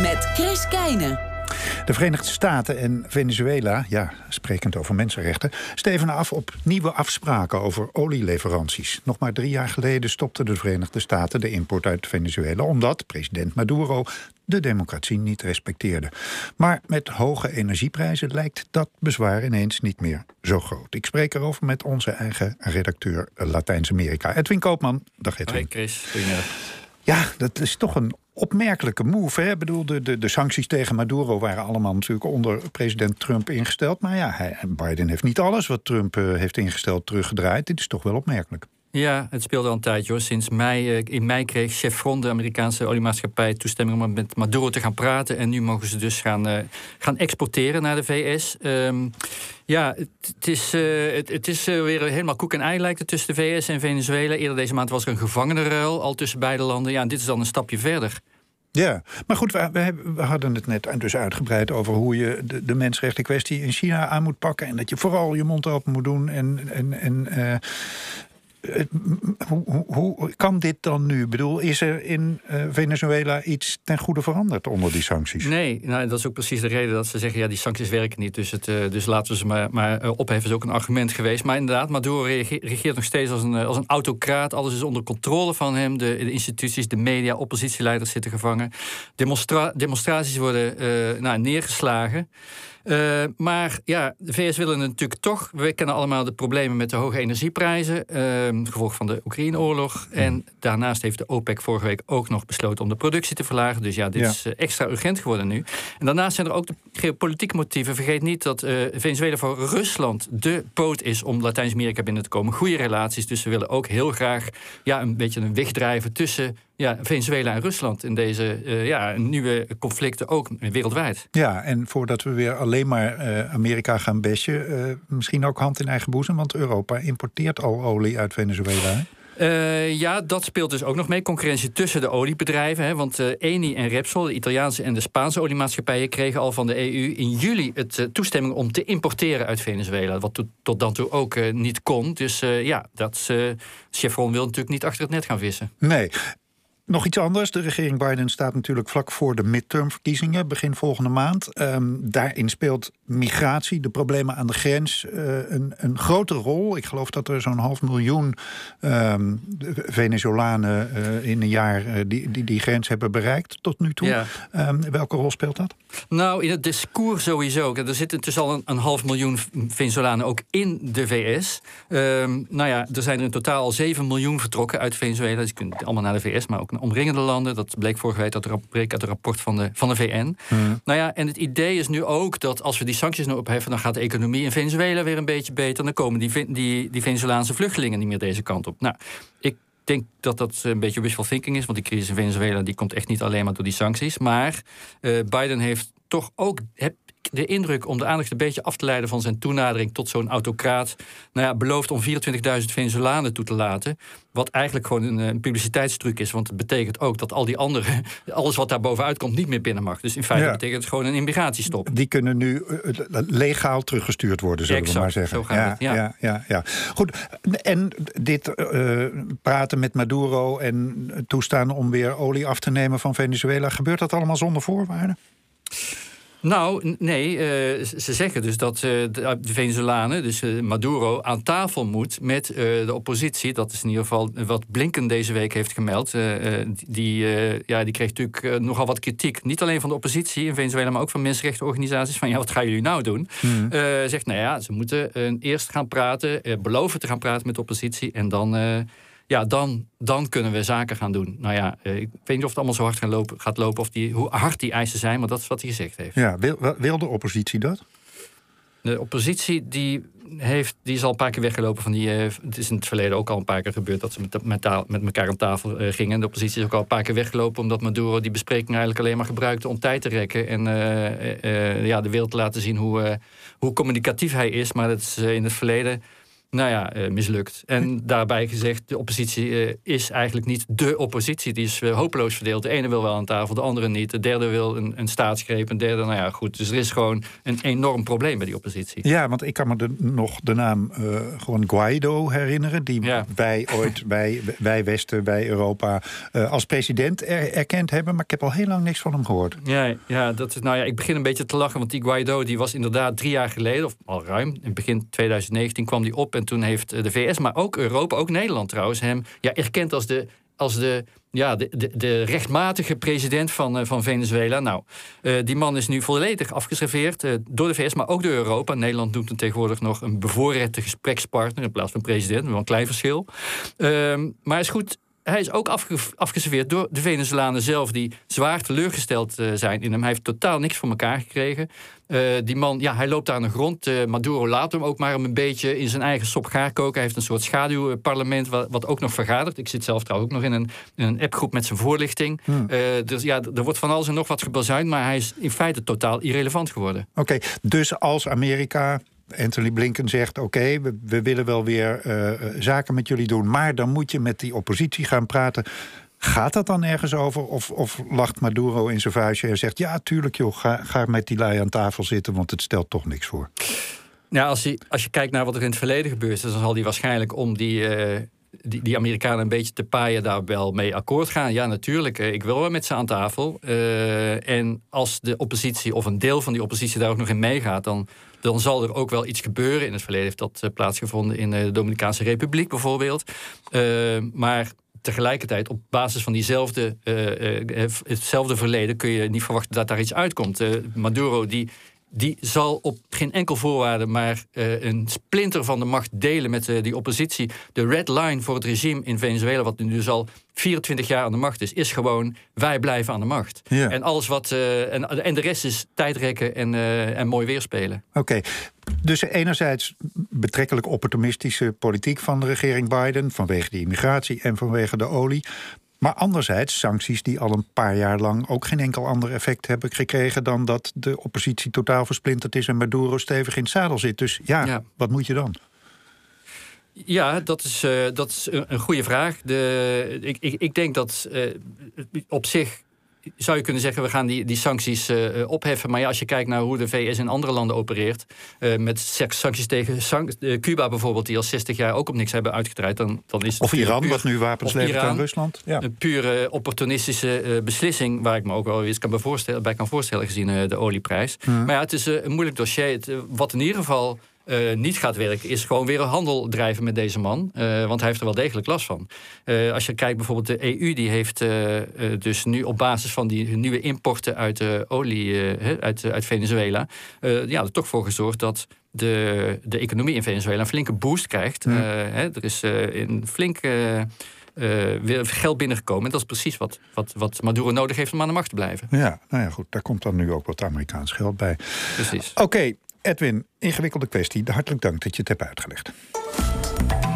met Chris Keijne. De Verenigde Staten en Venezuela, sprekend over mensenrechten, steven af op nieuwe afspraken over olieleveranties. Nog maar 3 jaar geleden stopten de Verenigde Staten de import uit Venezuela, omdat president Maduro de democratie niet respecteerde. Maar met hoge energieprijzen lijkt dat bezwaar ineens niet meer zo groot. Ik spreek erover met onze eigen redacteur Latijns-Amerika, Edwin Koopman. Dag Edwin. Hoi Chris, goedemiddag. Ja, dat is toch een opmerkelijke move. Hè? Ik bedoel, de sancties tegen Maduro waren allemaal natuurlijk onder president Trump ingesteld. Maar Biden heeft niet alles wat Trump heeft ingesteld teruggedraaid. Dit is toch wel opmerkelijk. Ja, het speelde al een tijdje hoor. Sinds in mei kreeg Chevron, de Amerikaanse oliemaatschappij, toestemming om met Maduro te gaan praten. En nu mogen ze dus gaan exporteren naar de VS. Het is weer helemaal koek en ei lijkt het tussen de VS en Venezuela. Eerder deze maand was er een gevangenenruil al tussen beide landen. Ja, en dit is dan een stapje verder. Ja, maar goed, we hadden het net dus uitgebreid over hoe je de mensenrechten kwestie in China aan moet pakken. En dat je vooral je mond open moet doen. Hoe kan dit dan nu? Ik bedoel, is er in Venezuela iets ten goede veranderd onder die sancties? Nee, dat is ook precies de reden dat ze zeggen, die sancties werken niet. Dus laten we ze maar opheffen, is ook een argument geweest. Maar inderdaad, Maduro regeert nog steeds als een autocraat. Alles is onder controle van hem. De instituties, de media, oppositieleiders zitten gevangen. Demonstraties worden neergeslagen. Maar de VS willen natuurlijk toch. We kennen allemaal de problemen met de hoge energieprijzen, gevolg van de Oekraïne-oorlog. En daarnaast heeft de OPEC vorige week ook nog besloten om de productie te verlagen. Dus dit is extra urgent geworden nu. En daarnaast zijn er ook de geopolitieke motieven. Vergeet niet dat Venezuela voor Rusland de poot is om Latijns-Amerika binnen te komen. Goede relaties, dus ze willen ook heel graag een beetje een weg drijven tussen Venezuela en Rusland in deze nieuwe conflicten, ook wereldwijd. Ja, en voordat we weer alleen maar Amerika gaan bashen, misschien ook hand in eigen boezem, want Europa importeert al olie uit Venezuela. Dat speelt dus ook nog mee. Concurrentie tussen de oliebedrijven. Hè, want Eni en Repsol, de Italiaanse en de Spaanse oliemaatschappijen, kregen al van de EU in juli het toestemming om te importeren uit Venezuela. Wat tot dan toe ook niet kon. Dus Chevron wil natuurlijk niet achter het net gaan vissen. Nee. Nog iets anders. De regering Biden staat natuurlijk vlak voor de midtermverkiezingen, begin volgende maand. Daarin speelt migratie, de problemen aan de grens, een grote rol. Ik geloof dat er zo'n 500.000 Venezolanen in een jaar die grens hebben bereikt tot nu toe. Ja. Welke rol speelt dat? Nou, in het discours sowieso. Er zitten intussen al een 500.000 Venezolanen ook in de VS. Er zijn er in totaal al 7 miljoen vertrokken uit Venezuela. Dus je kunt allemaal naar de VS, maar ook naar omringende landen. Dat bleek vorige week uit het rapport van de VN. En het idee is nu ook dat als we die sancties nu opheffen, dan gaat de economie in Venezuela weer een beetje beter. Dan komen die Venezolaanse vluchtelingen niet meer deze kant op. Nou, ik denk dat dat een beetje wishful thinking is, want die crisis in Venezuela die komt echt niet alleen maar door die sancties. Maar Biden heeft toch ook de indruk om de aandacht een beetje af te leiden van zijn toenadering tot zo'n autocraat. Belooft om 24.000 Venezolanen toe te laten. Wat eigenlijk gewoon een publiciteitstruc is. Want het betekent ook dat al die anderen, alles wat daar bovenuit komt, niet meer binnen mag. Dus in feite betekent het gewoon een immigratiestop. Die kunnen nu legaal teruggestuurd worden, zullen we maar zeggen. Zo gaat het. Ja. Goed, en dit praten met Maduro en toestaan om weer olie af te nemen van Venezuela, gebeurt dat allemaal zonder voorwaarden? Nou, nee, ze zeggen dus dat de Venezolanen, dus Maduro, aan tafel moet met de oppositie. Dat is in ieder geval wat Blinken deze week heeft gemeld. Die kreeg natuurlijk nogal wat kritiek. Niet alleen van de oppositie in Venezuela, maar ook van mensenrechtenorganisaties. Van wat gaan jullie nou doen? Zegt, ze moeten eerst gaan praten, beloven te gaan praten met de oppositie. En dan kunnen we zaken gaan doen. Ik weet niet of het allemaal zo hard gaat lopen, of hoe hard die eisen zijn, maar dat is wat hij gezegd heeft. Ja, wil de oppositie dat? De oppositie die is al een paar keer weggelopen van het is in het verleden ook al een paar keer gebeurd dat ze met elkaar aan tafel gingen. De oppositie is ook al een paar keer weggelopen omdat Maduro die bespreking eigenlijk alleen maar gebruikte om tijd te rekken en de wereld te laten zien hoe communicatief hij is. Maar dat is in het verleden mislukt. En daarbij gezegd, de oppositie is eigenlijk niet de oppositie. Die is hopeloos verdeeld. De ene wil wel aan tafel, de andere niet. De derde wil een staatsgreep. Een derde, goed. Dus er is gewoon een enorm probleem bij die oppositie. Ja, want ik kan me nog de naam gewoon Guaido herinneren. Die wij ooit, wij Westen, wij Europa, als president erkend hebben. Maar ik heb al heel lang niks van hem gehoord. Ja, dat is, ik begin een beetje te lachen. Want die Guaido die was inderdaad 3 jaar geleden, of al ruim, in begin 2019 kwam die op. En toen heeft de VS, maar ook Europa, ook Nederland trouwens, hem erkend als de rechtmatige president van Venezuela. Nou, die man is nu volledig afgeserveerd door de VS, maar ook door Europa. Nederland noemt hem tegenwoordig nog een bevoorrechte gesprekspartner in plaats van president. Wel een klein verschil. Maar is goed. Hij is ook afgeserveerd door de Venezolanen zelf, die zwaar teleurgesteld zijn in hem. Hij heeft totaal niks voor elkaar gekregen. Die man, hij loopt aan de grond. Maduro laat hem ook maar een beetje in zijn eigen sop gaar koken. Hij heeft een soort schaduwparlement wat ook nog vergadert. Ik zit zelf trouwens ook nog in een appgroep met zijn voorlichting. Dus er wordt van alles en nog wat gebazuind, maar hij is in feite totaal irrelevant geworden. Oké, dus als Amerika, Anthony Blinken zegt, oké, we willen wel weer zaken met jullie doen, maar dan moet je met die oppositie gaan praten. Gaat dat dan ergens over? Of lacht Maduro in zijn vuistje en zegt, ja, tuurlijk joh, ga met die lui aan tafel zitten, want het stelt toch niks voor? Ja, als je kijkt naar wat er in het verleden gebeurd is, dan zal hij waarschijnlijk om die Amerikanen een beetje te paaien daar wel mee akkoord gaan. Ja, natuurlijk, ik wil wel met ze aan tafel. En als de oppositie of een deel van die oppositie daar ook nog in meegaat, dan zal er ook wel iets gebeuren. In het verleden heeft dat plaatsgevonden in de Dominicaanse Republiek bijvoorbeeld. Maar tegelijkertijd, op basis van hetzelfde verleden, kun je niet verwachten dat daar iets uitkomt. Maduro, die zal op geen enkel voorwaarde maar een splinter van de macht delen met die oppositie. De red line voor het regime in Venezuela, wat nu dus al 24 jaar aan de macht is gewoon, wij blijven aan de macht. Ja. En alles en de rest is tijdrekken en mooi weerspelen. Oké. Dus enerzijds betrekkelijk opportunistische politiek van de regering Biden, vanwege de immigratie en vanwege de olie. Maar anderzijds sancties die al een paar jaar lang ook geen enkel ander effect hebben gekregen dan dat de oppositie totaal versplinterd is en Maduro stevig in het zadel zit. Dus wat moet je dan? Ja, dat is een goede vraag. Ik denk dat op zich zou je kunnen zeggen, we gaan die sancties opheffen. Maar als je kijkt naar hoe de VS in andere landen opereert, met sancties tegen Cuba bijvoorbeeld, die al 60 jaar ook op niks hebben uitgedraaid, dan is het of Iran, wat nu wapens levert aan Rusland. Ja. Een pure opportunistische beslissing, waar ik me ook wel eens bij kan voorstellen gezien de olieprijs. Maar het is een moeilijk dossier. Wat in ieder geval niet gaat werken, is gewoon weer een handel drijven met deze man. Want hij heeft er wel degelijk last van. Als je kijkt bijvoorbeeld de EU, die heeft dus nu op basis van die nieuwe importen uit olie uit Venezuela, er toch voor gezorgd dat de economie in Venezuela een flinke boost krijgt. Er is een flinke weer geld binnengekomen. En dat is precies wat Maduro nodig heeft om aan de macht te blijven. Ja, nou ja, goed. Daar komt dan nu ook wat Amerikaans geld bij. Precies. Oké, Edwin, ingewikkelde kwestie. Hartelijk dank dat je het hebt uitgelegd.